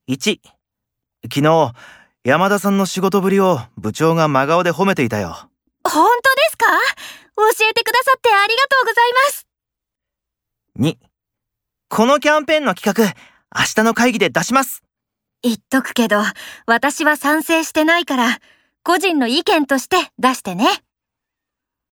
1、昨日、山田さんの仕事ぶりを部長が真顔で褒めていたよ。 本当ですか？教えてくださってありがとうございます。 2、このキャンペーンの企画、明日の会議で出します。 言っとくけど、私は賛成してないから、個人の意見として出してね。